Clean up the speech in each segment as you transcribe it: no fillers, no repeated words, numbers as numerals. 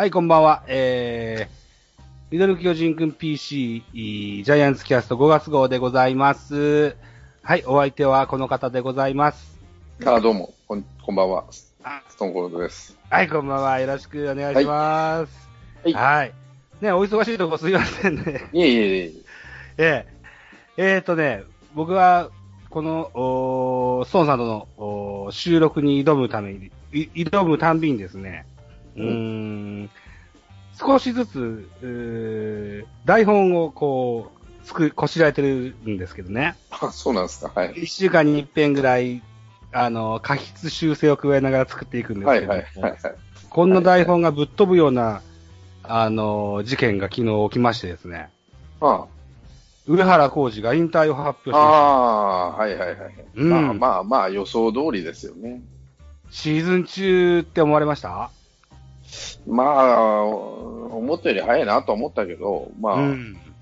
はい、こんばんは。ミドル巨人くん PC、ジャイアンツキャスト5月号でございます。はい、お相手はこの方でございます。 どうも、こんばんは。ストーンコールドです。 はい、こんばんは。よろしくお願いします。はい。はい。ね、お忙しいとこすいませんね。 いえ。 僕は、この、ストーンさんとの収録に挑むたんびにですね、少しずつ、台本をこしらえてるんですけどね。 そうなんですか。はい。 一週間に一遍ぐらい、過失修正を加えながら作っていくんですけど、こんな台本がぶっ飛ぶような、事件が昨日起きましてですね。上原浩二が引退を発表しました。 はい。まあ、予想通りですよね。 シーズン中って思われました？ まあ、思ったより早いなと思ったけど、今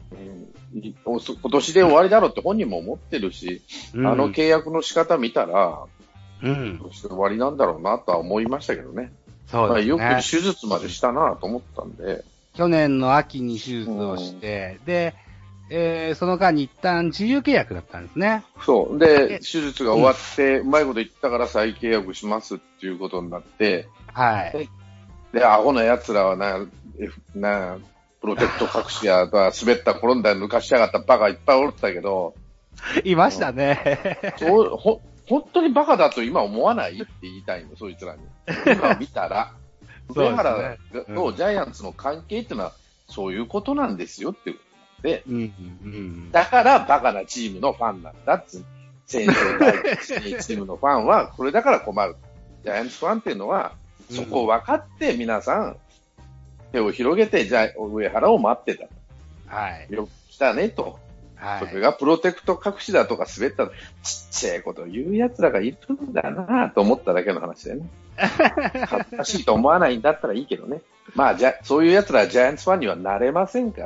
年で終わりだろうって本人も思ってるし、契約の仕方見たら、今年で終わりなんだろうなとは思いましたけどね。そうですね。よく手術までしたなと思ったんで。 去年の秋に手術をして、で、その間に一旦自由契約だったんですね。 そう。で、手術が終わって、うまいこと言ったから再契約しますっていうことになって、 はい。 で、アホな奴らはプロテクト隠しや、滑った転んだ抜かしやがったバカいっぱいおったけど。 いましたね。 本当にバカだと今思わないって言いたいの、そいつらに。今見たら。上原とジャイアンツの関係っていうのはそういうことなんですよっていうことで、だからバカなチームのファンなんだっつう。選手チームのファンはこれだから困る。ジャイアンツファンっていうのはそこを分かって皆さん手を広げて上原を待ってた。 はい。 よく来たねと。はい。それがプロテクト隠しだとか滑ったちっちゃいことを言う奴らがいるんだなと思っただけの話だよね。恥ずかしいと思わないんだったらいいけどね。まあそういう奴らはジャイアンツファンにはなれませんから。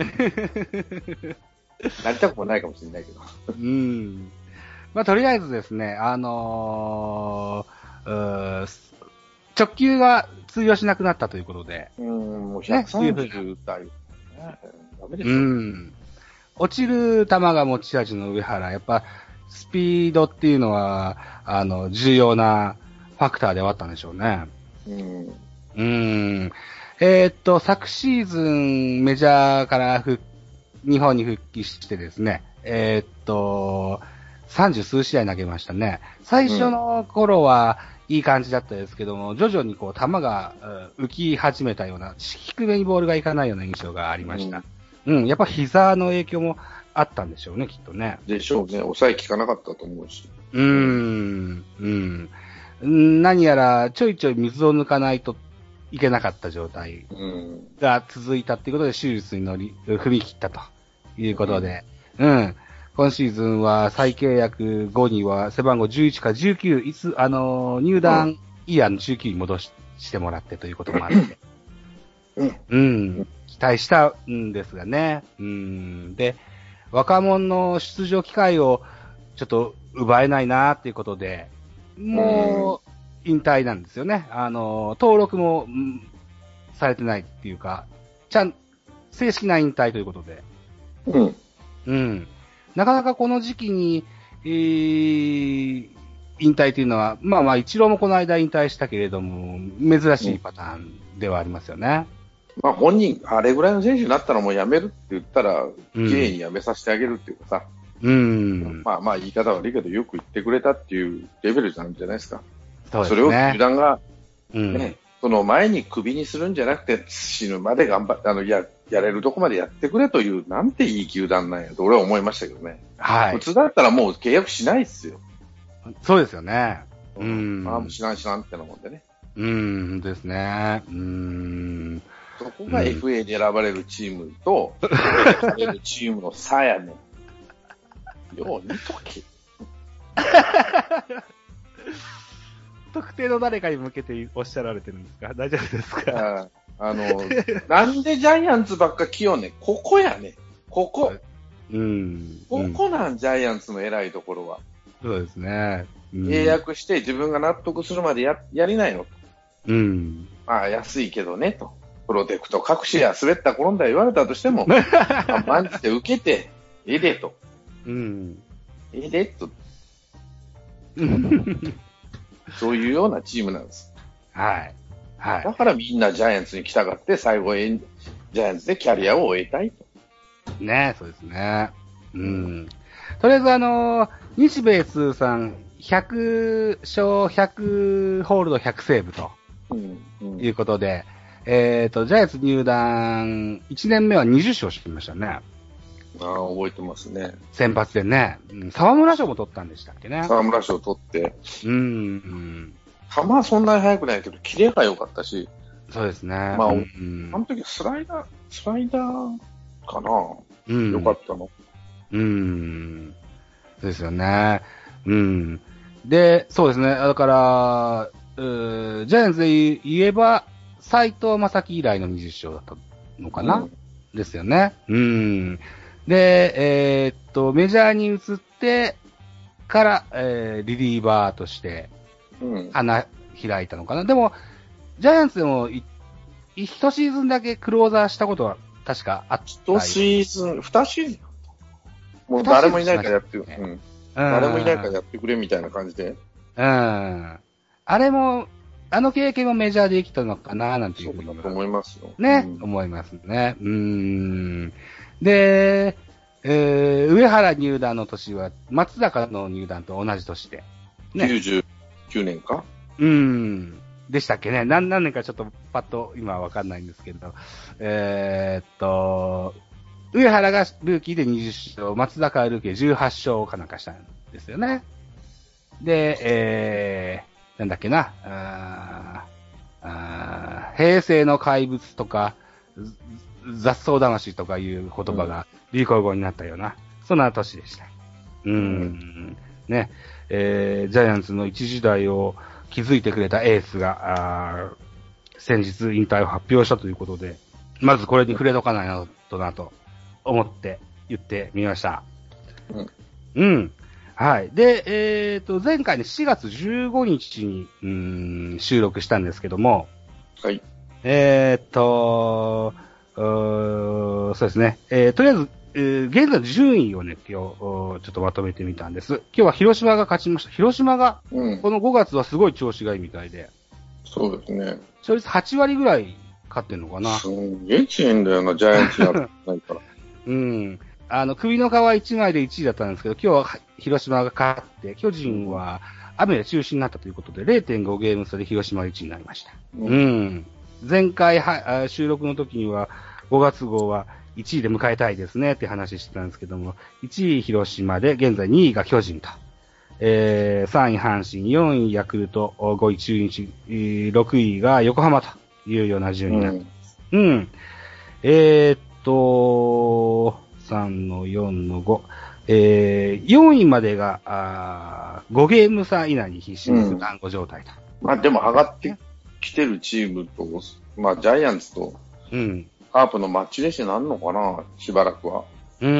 なりたくもないかもしれないけど。 まあとりあえずですね、直球が通用しなくなったということで。 もう130台、ね。ダメですよ。 落ちる球が持ち味の上原、やっぱスピードっていうのは、重要なファクターではあったんでしょうね。昨シーズンメジャーから日本に復帰してですね、30数試合投げましたね。最初の頃はいい感じだったですけども、徐々に球が浮き始めたような、低めにボールがいかないような印象がありました。やっぱ膝の影響もあったんでしょうね、きっとね。 でしょうね。抑え効かなかったと思うし。 何やらちょいちょい水を抜かないといけなかった状態が続いたっていうことで手術に踏み切ったということで、今シーズンは再契約後には背番号11か19、入団イヤーの19に戻してもらってということもあって、期待したんですがね。で、若者の出場機会をちょっと奪えないなっていうことで、もう引退なんですよね。登録も、されてないっていうか、正式な引退ということで。なかなかこの時期に、引退というのは、まあ、イチローもこの間引退したけれども、珍しいパターンではありますよね。 まあ本人、あれぐらいの選手になったらもう辞めるって言ったら、綺麗に辞めさせてあげるっていうかさ。まあ言い方悪いけど、よく言ってくれたっていうレベルなんじゃないですか。そうですね。それを球団が、その前にクビにするんじゃなくて、死ぬまで頑張って、やれるとこまでやってくれという、なんていい球団なんやと俺は思いましたけどね。はい。普通だったらもう契約しないっすよ。 そうですよね。 もう知らんってなもんでね。 ですね。 そこが FA に選ばれるチームと、選ばれるチームの差やねん。よう見とけ。 特定の誰かに向けておっしゃられてるんですか？大丈夫ですか？ なんでジャイアンツばっか来よねん。ここやねん。ここ。ここなんジャイアンツの偉いところは。 そうですね。 契約して自分が納得するまでやりないの。 うん。 まあ安いけどね、と。プロテクト隠しや滑った転んだ言われたとしても、万じて受けて、と。 うん。 と。そういうようなチームなんです。 はい。はい。 だからみんなジャイアンツに来たがって、最後ジャイアンツでキャリアを終えたいと。 ね、そうですね。うん。とりあえず日米通算100勝100ホールド100セーブと。いうことで、ジャイアンツ入団1年目は20勝してきましたね。ああ、覚えてますね。 先発でね。沢村賞も取ったんでしたっけね。 沢村賞取って。 うん。 球はそんなに速くないけど、キレが良かったし。 そうですね。 まあ、あの時スライダーかな。良かったの。 そうですよね。で、そうですね。だから、ジャイアンツで言えば、斎藤正樹以来の20勝だったのかな、ですよね。で、メジャーに移ってから、リリーバーとして、花開いたのかな。でも、ジャイアンツでも、一シーズンだけクローザーしたことは確かあった。 一シーズン、二シーズンもう誰もいないからやってる。誰もいないからやってくれみたいな感じで。 あれも、あの経験もメジャーで生きたのかな、なんていうふうに。 そうだと思いますよ。 ね、思いますね。で、上原入団の年は、松坂の入団と同じ年で。 ね、99年かでしたっけね。何年かちょっとパッと今はわかんないんですけど、上原がルーキーで20勝、松坂がルーキーで18勝かなんかしたんですよね。で、なんだっけな、平成の怪物とか、雑草魂とかいう言葉が流行語になったような、そんな年でした。ね、ジャイアンツの一時代を築いてくれたエースが、先日引退を発表したということで、まずこれに触れとかないなと思って言ってみました。はい。で、前回ね、4月15日に、収録したんですけども、 はい。 そうですね。とりあえず、現在の順位をね、今日、ちょっとまとめてみたんです。今日は広島が勝ちました。広島が、この5月はすごい調子がいいみたいで。 そうですね。 勝率8割ぐらい勝ってんのかな。 すんげえ強いんだよな、ジャイアンツやってないから。 首の皮1枚で1位だったんですけど、今日は広島が勝って、巨人は雨で中止になったということで、0.5 ゲーム差で広島が1位になりました。前回収録の時には、5月号は1位で迎えたいですねって話してたんですけども、1位広島で、現在2位が巨人と。3位阪神、4位ヤクルト、5位中日、6位が横浜というような順位になってます。3の4の5。4位までが、5ゲーム差以内に必死にする団子状態と。 まあでも上がってきてるチームと、まあジャイアンツと、カープのマッチレースになるのかな、しばらくは。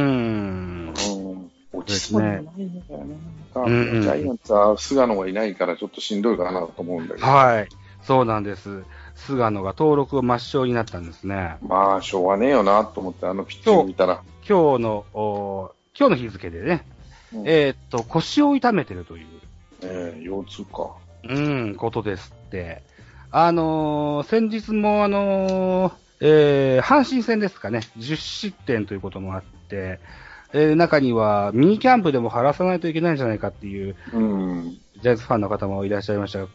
落ちそうにないんだよね。ジャイアンツは菅野がいないからちょっとしんどいかなと思うんだけど。 はい。そうなんです。菅野が登録を抹消になったんですね。 まあ、しょうがねえよなと思って、ピッチング見たら。 今日の日付でね、腰を痛めてるという。 腰痛か。 ことですって。先日も阪神戦ですかね、10失点ということもあって、中にはミニキャンプでも晴らさないといけないんじゃないかっていう、ジャイアンツファンの方もいらっしゃいましたが、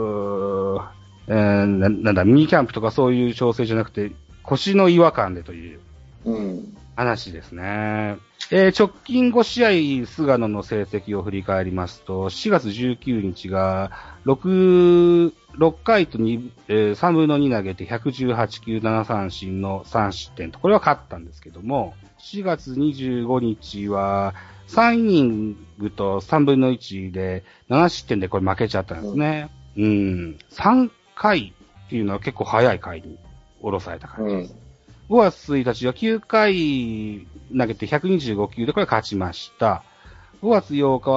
なんだ、ミニキャンプとかそういう調整じゃなくて、腰の違和感でという話ですね。直近5試合、菅野の成績を振り返りますと、4月19日が6回と3分の2投げて118球7三振の3失点と、これは勝ったんですけども、4月25日は3イニングと3分の1で7失点でこれ負けちゃったんですね。3回っていうのは結構早い回に下ろされた感じです。5月1日は9回投げて125球でこれ勝ちました。5月8日は6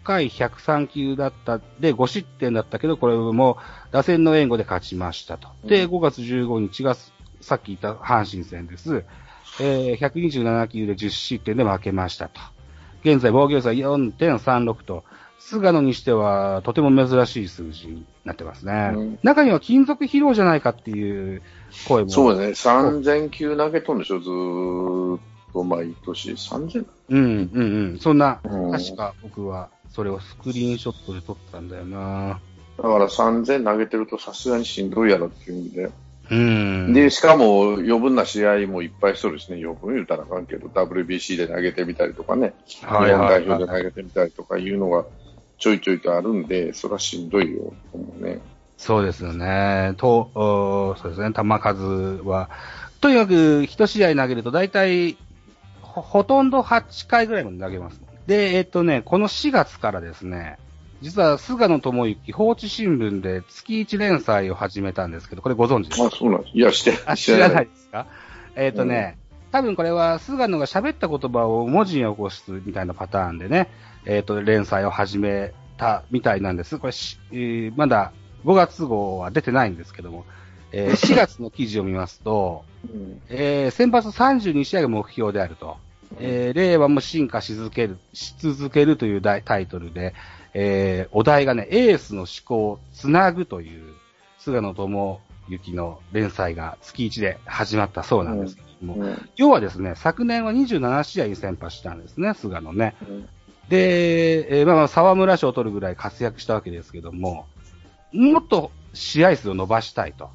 回103球だったで5失点だったけど、これも打線の援護で勝ちましたと。で、5月15日がさっき言った阪神戦です。127球で10失点で負けましたと。現在防御率は 4.36 と、菅野にしてはとても珍しい数字になってますね。中には金属疲労じゃないかっていう声も。 そうね。3000球投げとんでしょ、ずーっと毎年。3000? そんな、確か僕はそれをスクリーンショットで撮ったんだよな。 だから3000投げてるとさすがにしんどいやろっていうんで。で、しかも余分な試合もいっぱいしとるしね、余分言うたらあかんけど、WBC で投げてみたりとかね、日本代表で投げてみたりとかいうのがちょいちょいとあるんで、それはしんどいよ、思うね。 そうですよね。そうですね、球数は。とにかく一試合投げると大体、ほとんど8回ぐらいまで投げます。で、この4月からですね、実は菅野智之、放置新聞で月1連載を始めたんですけど、これご存知ですか？ あ、そうなんです。いや、 知らないですか？多分これは菅野が喋った言葉を文字に起こすみたいなパターンでね、連載を始めたみたいなんです。これ、まだ5月号は出てないんですけども、4月の記事を見ますと、先発32試合が目標であると。令和も進化し続けるというタイトルで、お題がね、エースの思考をつなぐという、菅野智之の連載が月1で始まったそうなんですけども、要はですね、昨年は27試合に先発したんですね、菅野ね。で、沢村賞を取るぐらい活躍したわけですけども、もっと試合数を伸ばしたいと。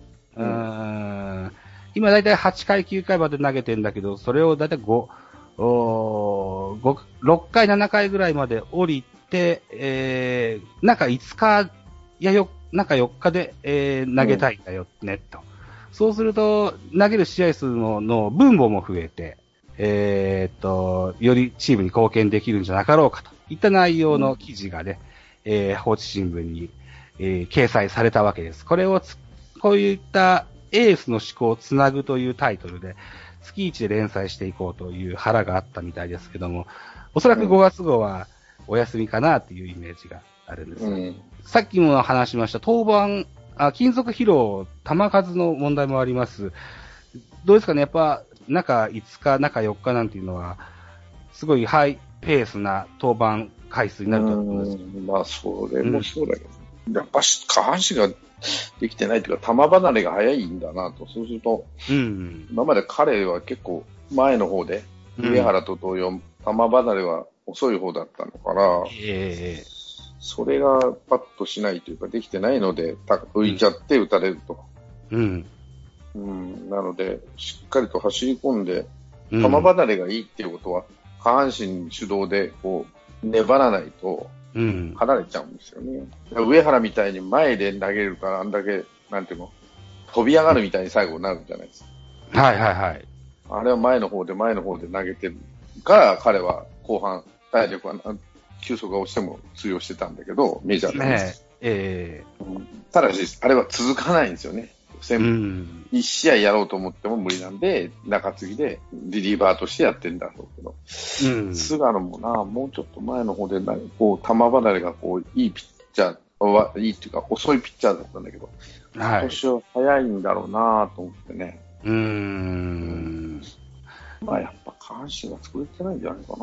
今だいたい8回、9回まで投げてんだけど、それをだいたい6回、7回ぐらいまで降りて、中5日中4日で、投げたいんだよね、と。そうすると、投げる試合数の分母も増えて、よりチームに貢献できるんじゃなかろうかといった内容の記事がね、放置新聞に、掲載されたわけです。こういったエースの思考をつなぐというタイトルで、月1で連載していこうという腹があったみたいですけども、おそらく5月号はお休みかなというイメージがあるんです。さっきも話しました、金属疲労、球数の問題もあります。どうですかね、やっぱ、中5日、中4日なんていうのは、すごいハイペースな登板回数になると思うんです。 まあ、それもそうだけど、やっぱ下半身ができてないというか、球離れが早いんだなと。そうすると、今まで彼は結構前の方で、上原と同様、球離れは遅い方だったのから、それがパッとしないというか、できてないので、浮いちゃって打たれると。なので、しっかりと走り込んで、球離れがいいっていうことは、下半身主導でこう粘らないと、離れちゃうんですよね。上原みたいに前で投げるから、あんだけ、なんていうの、飛び上がるみたいに最後になるじゃないですか。あれは前の方で投げてるから、彼は後半、体力は、球速が落ちても通用してたんだけど、メジャーで。ただし、あれは続かないんですよね。1試合やろうと思っても無理なんで、中継ぎでリリーバーとしてやってんだろうけど、菅野もな、もうちょっと前の方で、こう、球離れがこう、いいピッチャー、いいっていうか、遅いピッチャーだったんだけど、今年は早いんだろうなと思ってね。まあ、やっぱ下半身が作れてないんじゃないか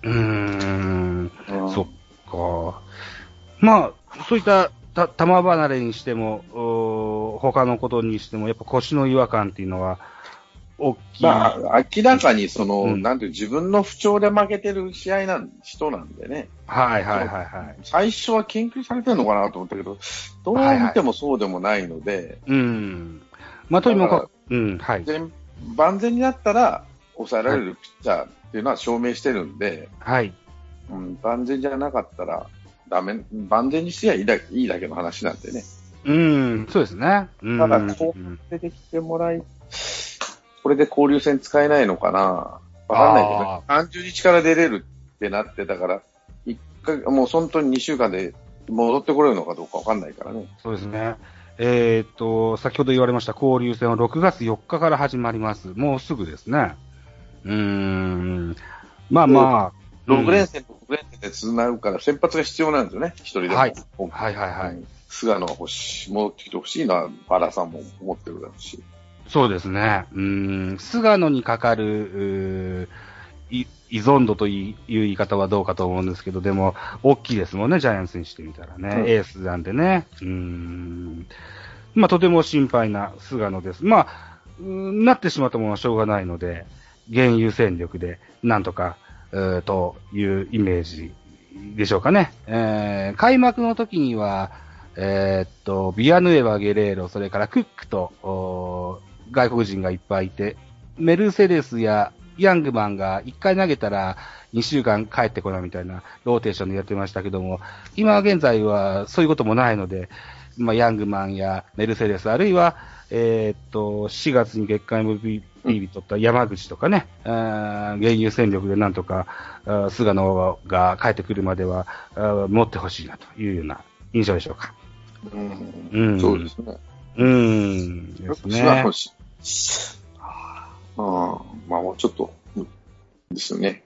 な。 そっか。まあ、そういった球離れにしても、他のことにしても、やっぱ腰の違和感っていうのは、大きい。 まあ、明らかになんていう、自分の不調で負けてる人なんでね。最初は研究されてるのかなと思ったけど、どう見てもそうでもないので。 まあ、とにもかく、 万全になったら、抑えられるピッチャーっていうのは証明してるんで、万全じゃなかったら、万全にすりゃいいだけの話なんでね。 そうですね。 ただ、こう出てきてもらい、これで交流戦使えないのかなわかんないけどね。30日から出れるってなってたから、もう本当に2週間で戻ってこれるのかどうかわかんないからね。 そうですね。先ほど言われました交流戦は6月4日から始まります。もうすぐですね。まあまあ。 6連レンジで繋ぐから先発が必要なんですよね、一人でも。 はい。はいはいはい。 菅野が戻ってきてほしいのは、原さんも思ってるだろうし。 そうですね。菅野にかかる、依存度という言い方はどうかと思うんですけど、でも、大きいですもんね、ジャイアンツにしてみたらね。エースなんでね。まあ、とても心配な菅野です。まあ、なってしまったものはしょうがないので、現有戦力で、なんとか、というイメージでしょうかね。開幕の時には、ビアヌエバ・ゲレーロ、それからクックと、外国人がいっぱいいて、メルセデスやヤングマンが1回投げたら2週間帰ってこないみたいなローテーションでやってましたけども、今現在はそういうこともないので、まあ、ヤングマンやメルセデス、あるいは、4月に月間 MVP 取った山口とかね、現有戦力でなんとか、菅野が帰ってくるまでは、持ってほしいなというような印象でしょうか。 そうですね。 ですね。 まあもうちょっと、ですよね。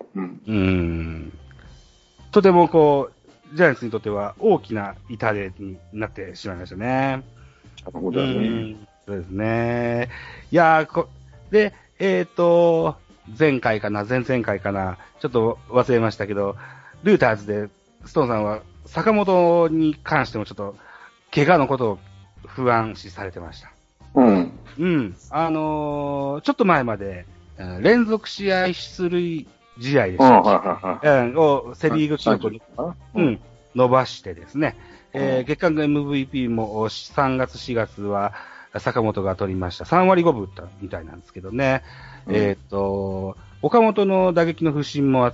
とてもこう、ジャイアンツにとっては大きな痛手になってしまいましたね。 そうですね。いやー、で、前回かな、前々回かな、ちょっと忘れましたけど、ルーターズで、ストーンさんは坂本に関してもちょっと、怪我のことを不安視されてました。ちょっと前まで、連続試合出塁試合でした。をセリーグ記録に、伸ばしてですね、月間 MVP も3月4月は坂本が取りました。3割5分打ったみたいなんですけどね。岡本の打撃の不振もあって、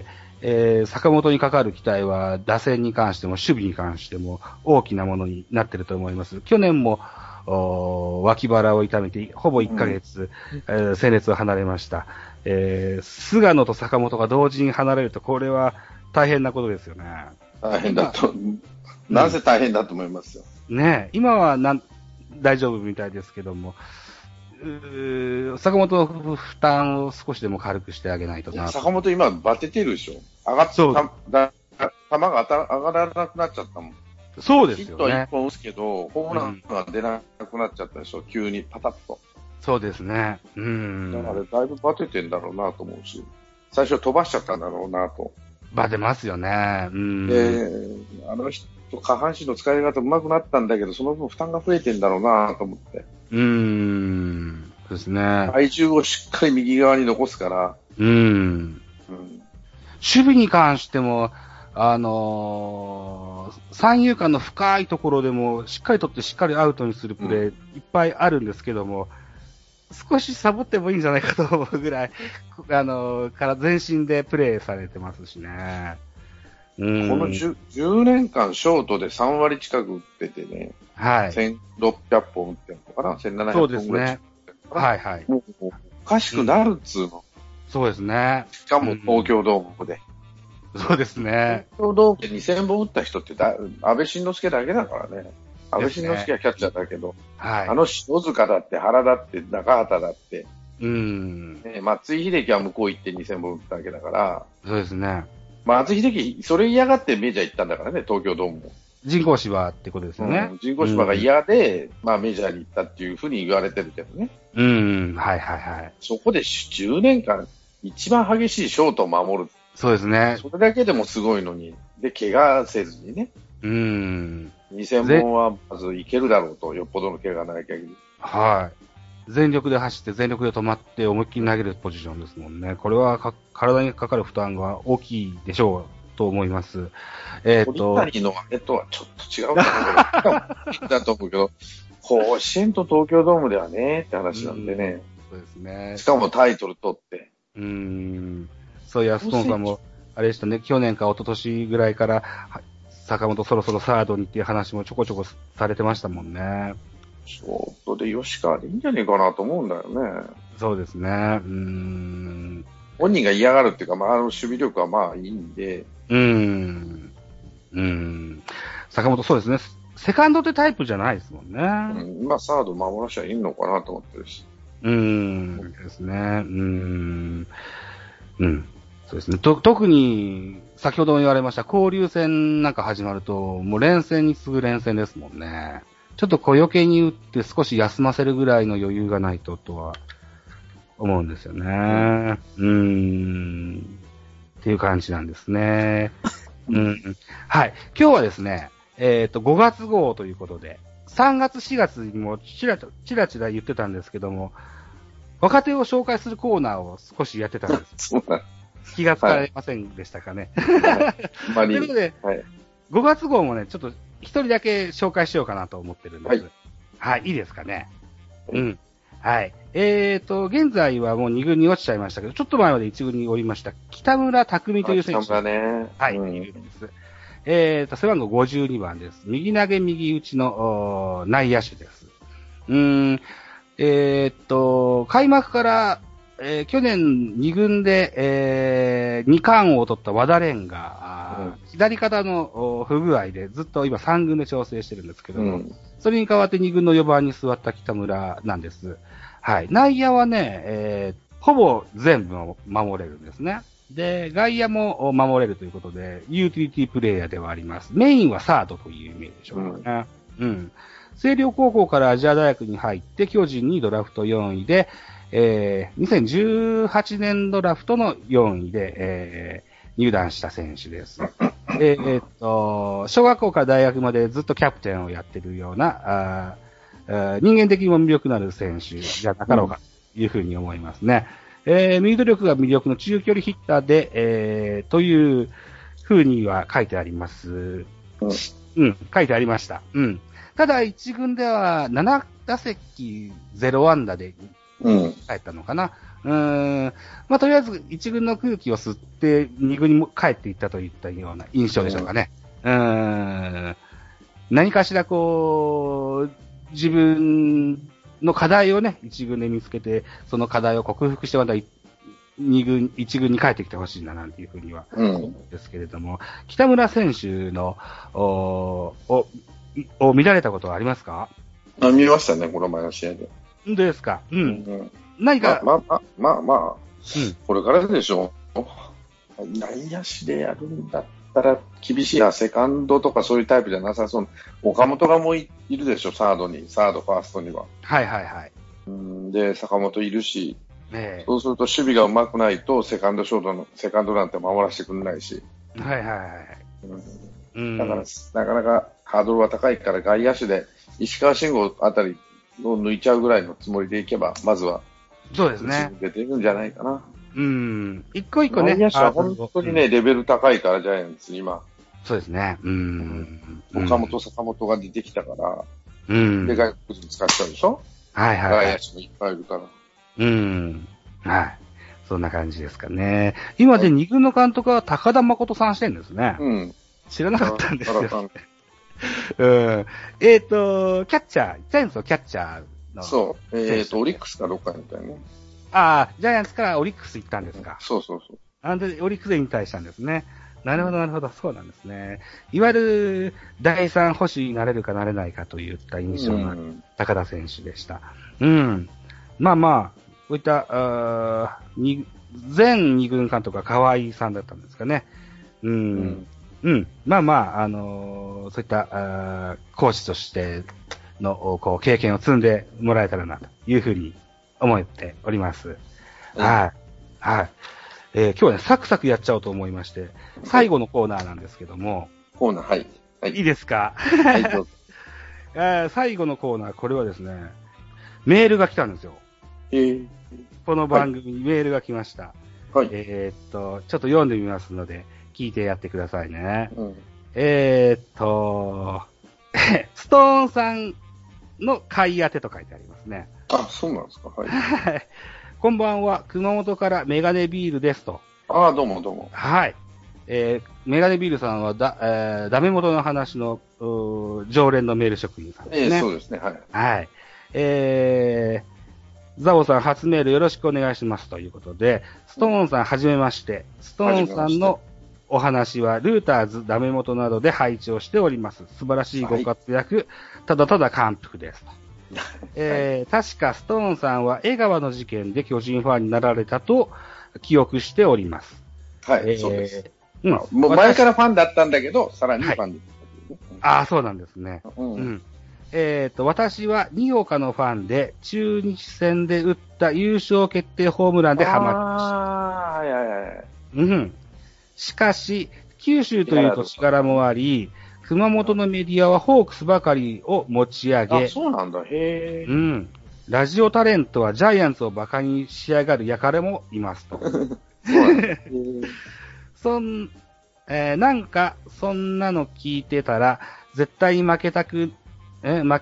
坂本にかかる期待は打線に関しても守備に関しても大きなものになっていると思います。去年も脇腹を痛めてほぼ1ヶ月、戦列を離れました。菅野と坂本が同時に離れるとこれは大変なことですよね。 大変だと、なぜ大変だと思いますよ。 ねえ、今は大丈夫みたいですけども、坂本の負担を少しでも軽くしてあげないとな。 坂本今バテてるでしょ。球が上がらなくなっちゃったもん。 そうですよね。 ヒットは1本打つけど、ホームランが出なくなっちゃったでしょ。急にパタッと。 そうですね。だからだいぶバテてんだろうなと思うし、最初飛ばしちゃったんだろうなと。 バテますよね。あの人、下半身の使い方上手くなったんだけど、その分負担が増えてんだろうなと思って。 そうですね。 体重をしっかり右側に残すから。 守備に関しても、三遊間の深いところでも、しっかり取ってしっかりアウトにするプレー、いっぱいあるんですけども、少しサボってもいいんじゃないかと思うぐらい、から全身でプレーされてますしね。 この 10年間ショートで3割近く打っててね、1600本打ってるのかな、1700本ぐらい。そうですね。もうおかしくなるっつうの。 そうですね。 しかも東京ドームで。 そうですね。 東京ドームで2000本打った人って安倍晋之助だけだからね。安倍晋之助はキャッチャーだけど、篠塚だって、原だって、中畑だって、松井秀喜は向こう行って2000本打ったわけだから、 そうですね。 松井秀喜、それ嫌がってメジャー行ったんだからね、東京ドームも。 人工芝ってことですよね。 人工芝が嫌で、メジャーに行ったっていうふうに言われてるけどね。そこで10年間、一番激しいショートを守る。 そうですね。 それだけでもすごいのに、で、怪我せずにね。2000本はまずいけるだろうと、よっぽどの怪我がない限り。 全力で走って、全力で止まって、思いっきり投げるポジションですもんね。これは体にかかる負担が大きいでしょうと思います。 鳥谷のあれとはちょっと違うかな。だと思うけど、甲子園と東京ドームではね、って話なんでね。 そうですね。 しかもタイトル取って。 そういや、ストーンさんも、あれでしたね、去年か一昨年ぐらいから、坂本そろそろサードにっていう話もちょこちょこされてましたもんね。 ショートで吉川でいいんじゃねえかなと思うんだよね。 そうですね。 本人が嫌がるっていうか、守備力はいいんで。 坂本そうですね。セカンドってタイプじゃないですもんね。 サード守らしゃいいのかなと思ってるし。 ですね。 そうですね。特に、先ほども言われました、交流戦なんか始まると、もう連戦に次ぐ連戦ですもんね。ちょっと小余計に打って少し休ませるぐらいの余裕がないと、とは、思うんですよね。っていう感じなんですね。はい。今日はですね、5月号ということで、3月4月にもちらちら言ってたんですけども、若手を紹介するコーナーを少しやってたんです。 そうなん気がつかれませんでしたかね。 ということで、5月号もね、ちょっと一人だけ紹介しようかなと思ってるんです。はい、いいですかね。はい。現在はもう2軍に落ちちゃいましたけど、ちょっと前まで1軍におりました、北村匠海という選手。 北村ね。 はい、2軍です。背番号52番です。右投げ右打ちの内野手です。開幕から、去年2軍で、2冠を取った和田蓮が、左肩の不具合でずっと今3軍で調整してるんですけども、それに代わって2軍の4番に座った北村なんです。はい。内野はね、ほぼ全部守れるんですね。で、外野も守れるということで、ユーティリティプレイヤーではあります。メインはサードというイメージでしょうかね。星稜高校からアジア大学に入って、巨人にドラフト4位で、2018年ドラフトの4位で、入団した選手です。小学校から大学までずっとキャプテンをやってるような、人間的にも魅力のある選手じゃなかろうかというふうに思いますね。ミード力が魅力の中距離ヒッターで、というふうには書いてあります。書いてありました。ただ、一軍では7打席0安打で帰ったのかな。とりあえず一軍の空気を吸って二軍にも帰っていったといったような印象でしょうかね。何かしら自分の課題をね、一軍で見つけて、その課題を克服してまた一軍に帰ってきてほしいななんていうふうには思うんですけれども、北村選手の、見られたことはありますか？ 見ましたね、この前の試合で。 どうですか？何か。 これからでしょう。内野手でやるんだったら厳しいな。セカンドとかそういうタイプじゃなさそう。岡本がもういるでしょ、サード、ファーストには。で、坂本いるし、そうすると守備が上手くないと、セカンドなんて守らせてくれないし。だから、なかなかハードルは高いから、外野手で石川慎吾あたりを抜いちゃうぐらいのつもりでいけば、まずは、 そうですね。 出てるんじゃないかな。 一個一個ね。 内野手は本当にね、レベル高いから、ジャイアンツ今。 そうですね。 岡本、坂本が出てきたから、で、外国人使っちゃうでしょ？外野手もいっぱいいるから。 そんな感じですかね。今で二軍の監督は高田誠さんしてるんですね。知らなかったんですよ。キャッチャー、ジャイアンツのキャッチャーの。 そう。オリックスかどっかみたいね。 ジャイアンツからオリックス行ったんですか。 そう。 で、オリックスで引退したんですね。なるほど、そうなんですね。いわゆる、第三捕手になれるかなれないかといった印象の高田選手でした。こういった、前二軍監督は河合さんだったんですかね。そういった、コーチとしての、経験を積んでもらえたらな、というふうに思っております。今日はね、サクサクやっちゃおうと思いまして、最後のコーナーなんですけども。 コーナー、 いいですか？ どうぞ。 最後のコーナー、これはですね、メールが来たんですよ。この番組にメールが来ました。ちょっと読んでみますので、聞いてやってくださいね。ストーンさんの買い当てと書いてありますね。 そうなんですか。 こんばんは、熊本からメガネビールですと。 どうも。 メガネビールさんはダメ元の話の常連のメール職員さんですね。 そうですね。 ザボさん初メールよろしくお願いしますということで、ストーンさんはじめまして。ストーンさんのお話はルーターズダメ元などで配置をしております。素晴らしいご活躍、ただただ感服ですと。確かストーンさんは江川の事件で巨人ファンになられたと記憶しております。 はい、そうです。もう前からファンだったんだけど、さらにファンで、 ああ、そうなんですね。私は新岡のファンで、中日戦で打った優勝決定ホームランでハマりました。しかし、九州という土地柄もあり、熊本のメディアはホークスばかりを持ち上げ、 そうなんだ、へぇ。ラジオタレントはジャイアンツを馬鹿にしやがる輩もいますと。なんか、そんなの聞いてたら、絶対に負けたくな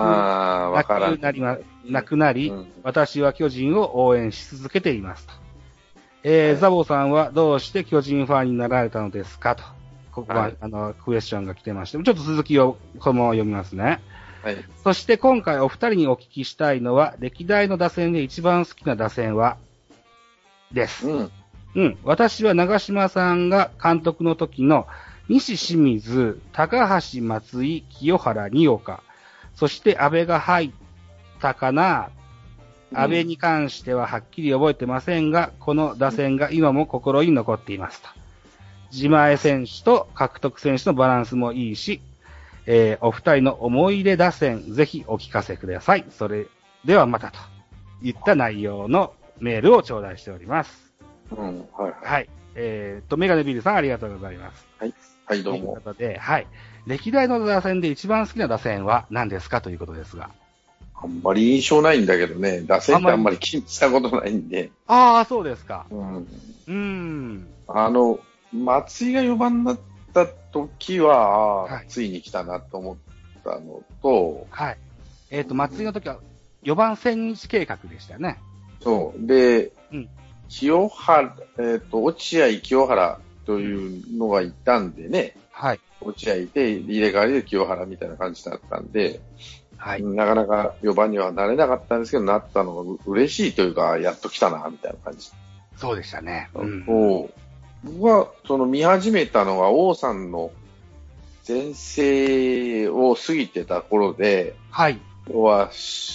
くなり、私は巨人を応援し続けていますと。ザボさんはどうして巨人ファンになられたのですかと。ここは、クエスチョンが来てまして、ちょっと続きをこのまま読みますね。はい。そして今回お二人にお聞きしたいのは、歴代の打線で一番好きな打線は、です。私は長嶋さんが監督の時の西清水、高橋松井、清原、二岡、そして安倍が入ったかな。安倍に関してははっきり覚えてませんが、この打線が今も心に残っていますと。自前選手と獲得選手のバランスもいいし、お二人の思い出打線、ぜひお聞かせください。それではまたといった内容のメールを頂戴しております。はい。メガネビールさんありがとうございます。 はい。はい、どうも。 ということで、はい。歴代の打線で一番好きな打線は何ですかということですが。 あんまり印象ないんだけどね、打線ってあんまり気にしたことないんで。 ああ、そうですか。 松井が4番だった時は、ついに来たなと思ったのと、 はい。松井の時は4番千日計画でしたね。 そう。で、清原、落合清原というのがいたんでね、 はい。 落合で入れ替わりで清原みたいな感じだったんで、はい。なかなか4番にはなれなかったんですけど、なったのが嬉しいというか、やっと来たな、みたいな感じ。 そうでしたね。 僕は、見始めたのが王さんの全盛を過ぎてた頃で、 はい。 昭和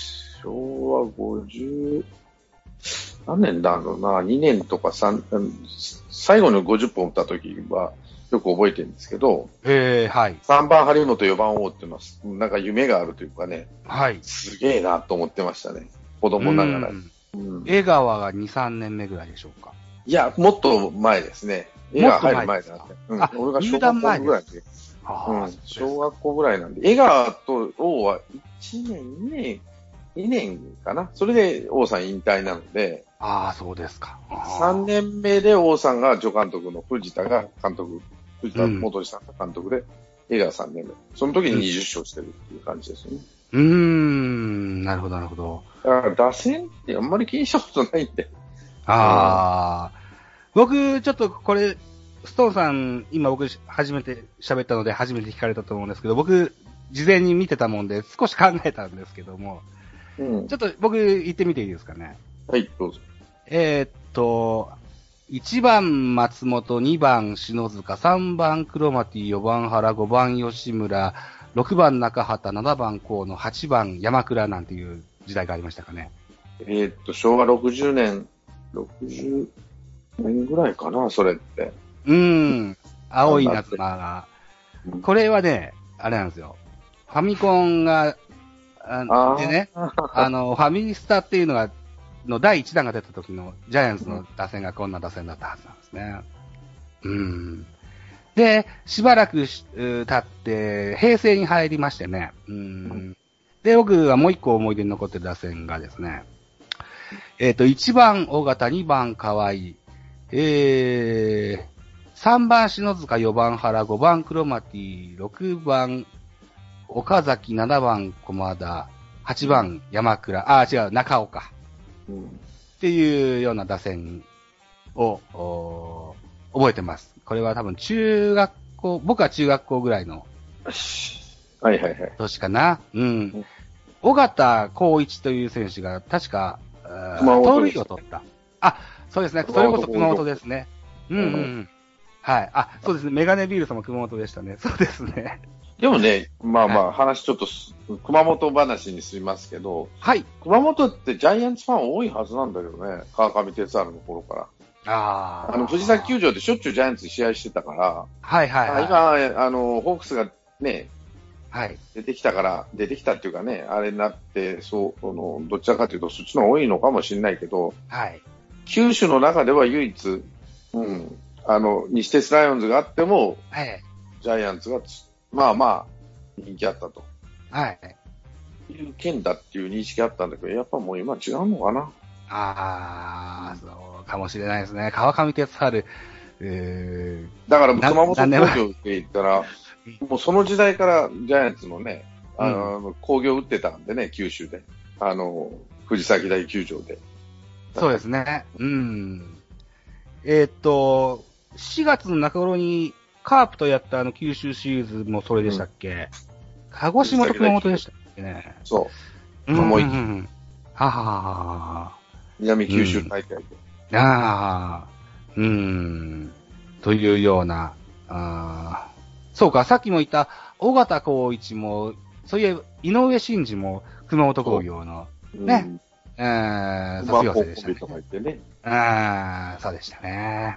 50、何年だろうな、2年とか最後の50本打った時はよく覚えてるんですけど、 はい。 3番張本4番王っていうのは、なんか夢があるというかね、 はい。 すげえなと思ってましたね。子供ながら。 江川が2、3年目ぐらいでしょうか。 いや、もっと前ですね。江川入る前だな。俺が小学校ぐらいで。小学校ぐらいなんで、江川と王は1年、2年かな。それで王さん引退なので。 ああ、そうですか。 3年目で王さんが助監督の藤田が監督、藤田元さんが監督で、江川3年目。その時に20勝してるっていう感じですよね。 なるほど、なるほど。 だから打線ってあんまり気にしたことないんで。 僕、ちょっとこれ、ストーンさん、今僕初めて喋ったので初めて聞かれたと思うんですけど、僕、事前に見てたもんで少し考えたんですけども、ちょっと僕言ってみていいですかね。 はい、どうぞ。 1番松本、2番篠塚、3番黒松、4番原、5番吉村、6番中畑、7番河野、8番山倉なんていう時代がありましたかね。 昭和60年ぐらいかな、それって。 青い夏間が。これはね、あれなんですよ。ファミコンが、でね、ファミリスタっていうのが、の第1弾が出た時のジャイアンツの打線がこんな打線だったはずなんですね。で、しばらく経って、平成に入りましてね。で、僕はもう一個思い出に残ってる打線がですね、1番尾形、2番河合、3番篠塚、4番原、5番黒松、6番岡崎、7番駒田、8番山倉、中岡。っていうような打線を覚えてます。これは多分僕は中学校ぐらいの年かな。尾形光一という選手が確か、盗塁を取った。そうですね。それこそ熊本ですね。はい。そうですね。メガネビールさんも熊本でしたね。そうですね。 でもね、話ちょっと熊本話にしますけど、 はい。 熊本ってジャイアンツファン多いはずなんだけどね、川上哲治の頃か藤崎球場でしょっちゅうジャイアンツ試合してたから、 はいはいはい。 今、ホークスがね、 はい。 出てきたっていうかね、あれになって、どちらかというとそっちの方が多いのかもしれないけど、 はい。 九州の中では唯一、西鉄ライオンズがあっても、 はい。 ジャイアンツがまあまあ人気あったと。 はい。 いう県だっていう認識あったんだけど、やっぱもう今違うのかな。 そうかもしれないですね。川上哲治。 だから熊本工業って言ったら、もうその時代からジャイアンツのね、工業打ってたんでね、九州で。藤崎大球場で。 そうですね。4月の中頃にカープとやった九州シリーズもそれでしたっけ？鹿児島と熊本でしたっけね。 そう。南九州大会で。 というような、そうか、さっきも言った尾形光一も、そういう井上真司も熊本工業のね、卒業生でしたね。そうでしたね。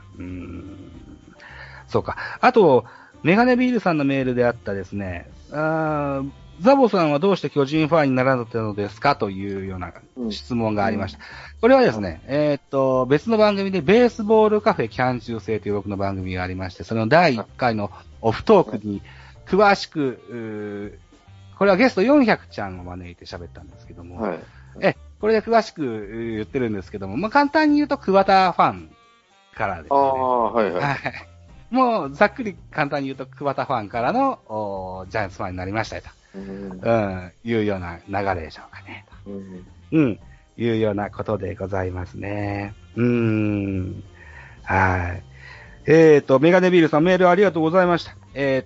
そうか。あと、メガネビールさんのメールであったですね、ザボさんはどうして巨人ファンになられたのですかというような質問がありました。これはですね、別の番組でベースボールカフェキャン中制という僕の番組がありまして、その第1回のオフトークに詳しく、これはゲスト400ちゃんを招いて喋ったんですけども、これで詳しく言ってるんですけども、簡単に言うと桑田ファンからですね。もうざっくり簡単に言うと桑田ファンからのジャイアンツファンになりましたと。いうような流れでしょうかね。いうようなことでございますね。はい。メガネビールさんメールありがとうございました。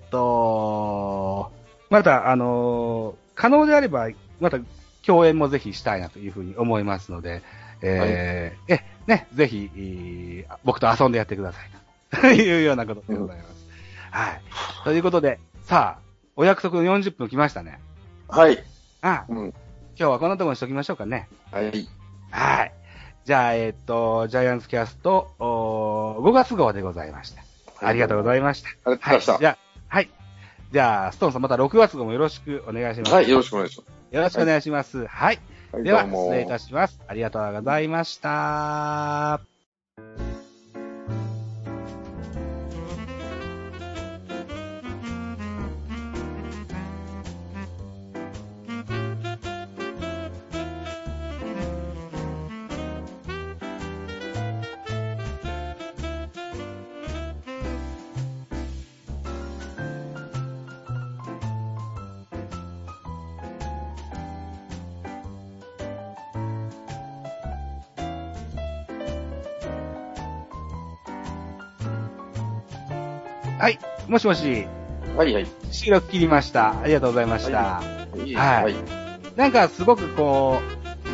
また、可能であれば、また共演もぜひしたいなというふうに思いますので、ぜひ、僕と遊んでやってくださいというようなことでございます。はい。ということで、さあ、お約束の40分来ましたね。 はい。 今日はこんなところにしときましょうかね。 はい。 はい。じゃあ、ジャイアンツキャスト、5月号でございました。ありがとうございました。 ありがとうございました。 じゃあ、ストーンさんまた6月号もよろしくお願いします。 はい、よろしくお願いします。 よろしくお願いします。はい。では、失礼いたします。ありがとうございました。はい、もしもし。 はいはい。 収録切りました。ありがとうございました。はい。なんかすごくこう、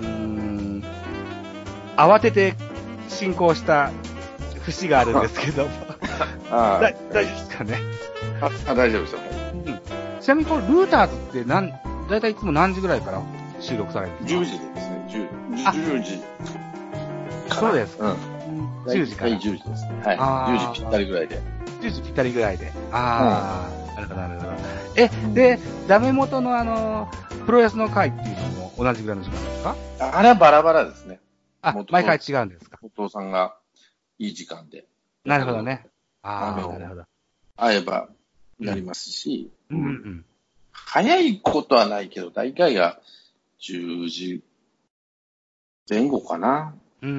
慌てて進行した節があるんですけども。大丈夫ですかね。 大丈夫ですよ。 ちなみにこのルーターズってだいたいいつも何時ぐらいから収録されるんですか？ 10時ですね。10時。 そうですか。10時から。 10時ですね。はい。10時ぴったりぐらいで。 10時ぴったりぐらいで。なるほど、なるほど。で、ダメ元のプロレスの会っていうのも同じぐらいの時間ですか？ あれはバラバラですね。 毎回違うんですか？ お父さんがいい時間で。 なるほどね。なるほど。 会えばやりますし、早いことはないけど、大体が10時前後かな。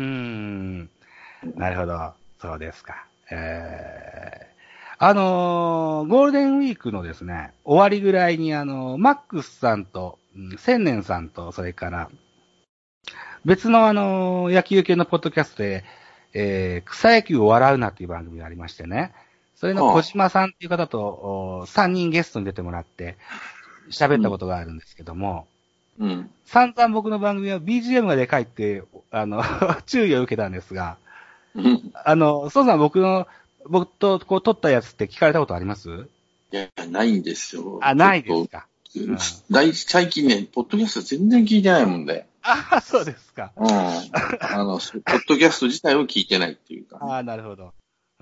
なるほど。そうですか。ゴールデンウィークのですね、終わりぐらいにマックスさんと、千年さんと、それから、別の野球系のポッドキャストで、草野球を笑うなっていう番組がありましてね、それの小島さんっていう方と、3人ゲストに出てもらって、喋ったことがあるんですけども、散々僕の番組は BGM がでかいって、注意を受けたんですが、そうさん僕とこう撮ったやつって聞かれたことあります？ いや、ないんですよ。 ないですか。 最近ね、ポッドキャスト全然聞いてないもんで。 あ、そうですか。 ポッドキャスト自体を聞いてないっていうか、 ああ、なるほど。うん。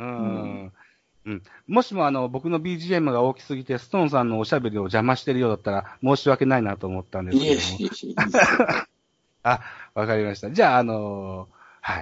もしも僕の BGM が大きすぎて、ストーンさんのおしゃべりを邪魔してるようだったら、申し訳ないなと思ったんですけども。あ、わかりました。じゃあ、はい。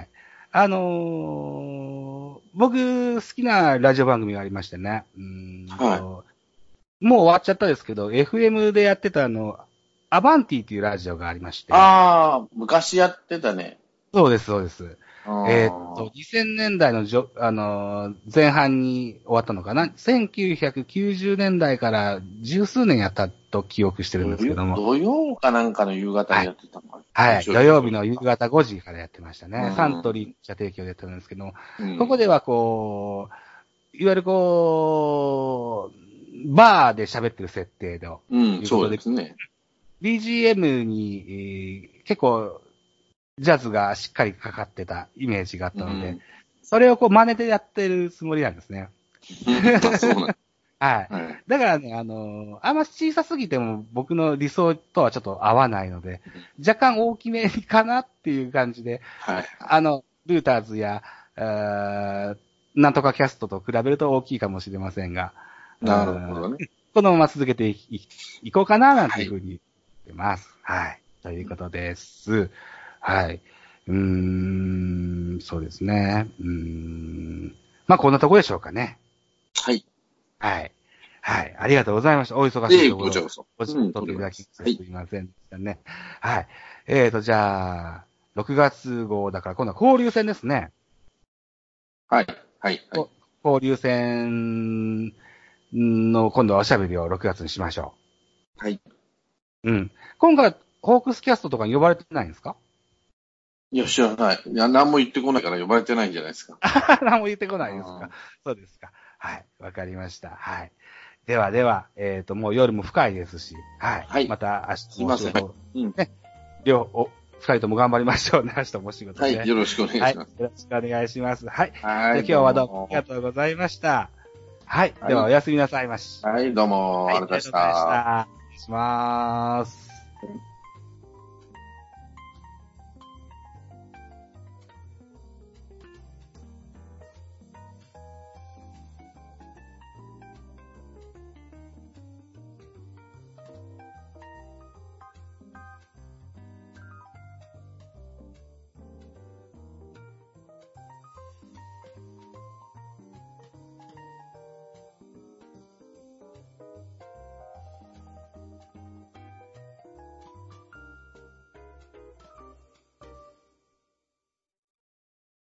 僕、好きなラジオ番組がありましてね。 はもう終わっちゃったですけど、FM でやってたアバンティっていうラジオがありまして。 ああ、昔やってたね。 そうです、そうです。 2000 2000年代の前半に終わったのかな ?1990 年代から十数年やったと記憶してるんですけども。 土曜かなんかの夕方にやってたのかな、 はい。土曜日の夕方5時からやってましたね。サントリー社提供でやってるんですけども、ここではこう、いわゆるこう、バーで喋ってる設定で、 そうですね。 BGM に、結構、ジャズがしっかりかかってたイメージがあったので、それをこう真似でやってるつもりなんですね。 そうなんはい。だからね、あんま小さすぎても僕の理想とはちょっと合わないので、若干大きめかなっていう感じで、ルーターズや、なんとかキャストと比べると大きいかもしれませんが、 なるほどね。 このまま続けていこうかな、なんていうふうに言ってます。はい。ということです。はい。そうですね。まあ、こんなとこでしょうかね。 はい。 はい。はい。ありがとうございました。お忙しいところ。 こちらこそ。 お時間取っていただき、すみませんでしたね。はい。じゃあ、6月号だから今度は交流戦ですね。 はい。はい。 交流戦の今度はおしゃべりを6月にしましょう。はい。 今回、ホークスキャストとかに呼ばれてないんですか？ いや、知らない。いや、何も言ってこないから呼ばれてないんじゃないですか。 何も言ってこないですか？そうですか。はい。わかりました。はい。ではでは、もう夜も深いですし、はい。はい、また明日もお仕事、ね、二人とも頑張りましょうね。明日もお仕事で、ね。 はい。よろしくお願いします。はい。 よろしくお願いします。はい。 はい。 今日はどうもありがとうございました。はい。では、おやすみなさいまし。 はい、どうも、ありがとうございました。 ありがとうございました。失礼します。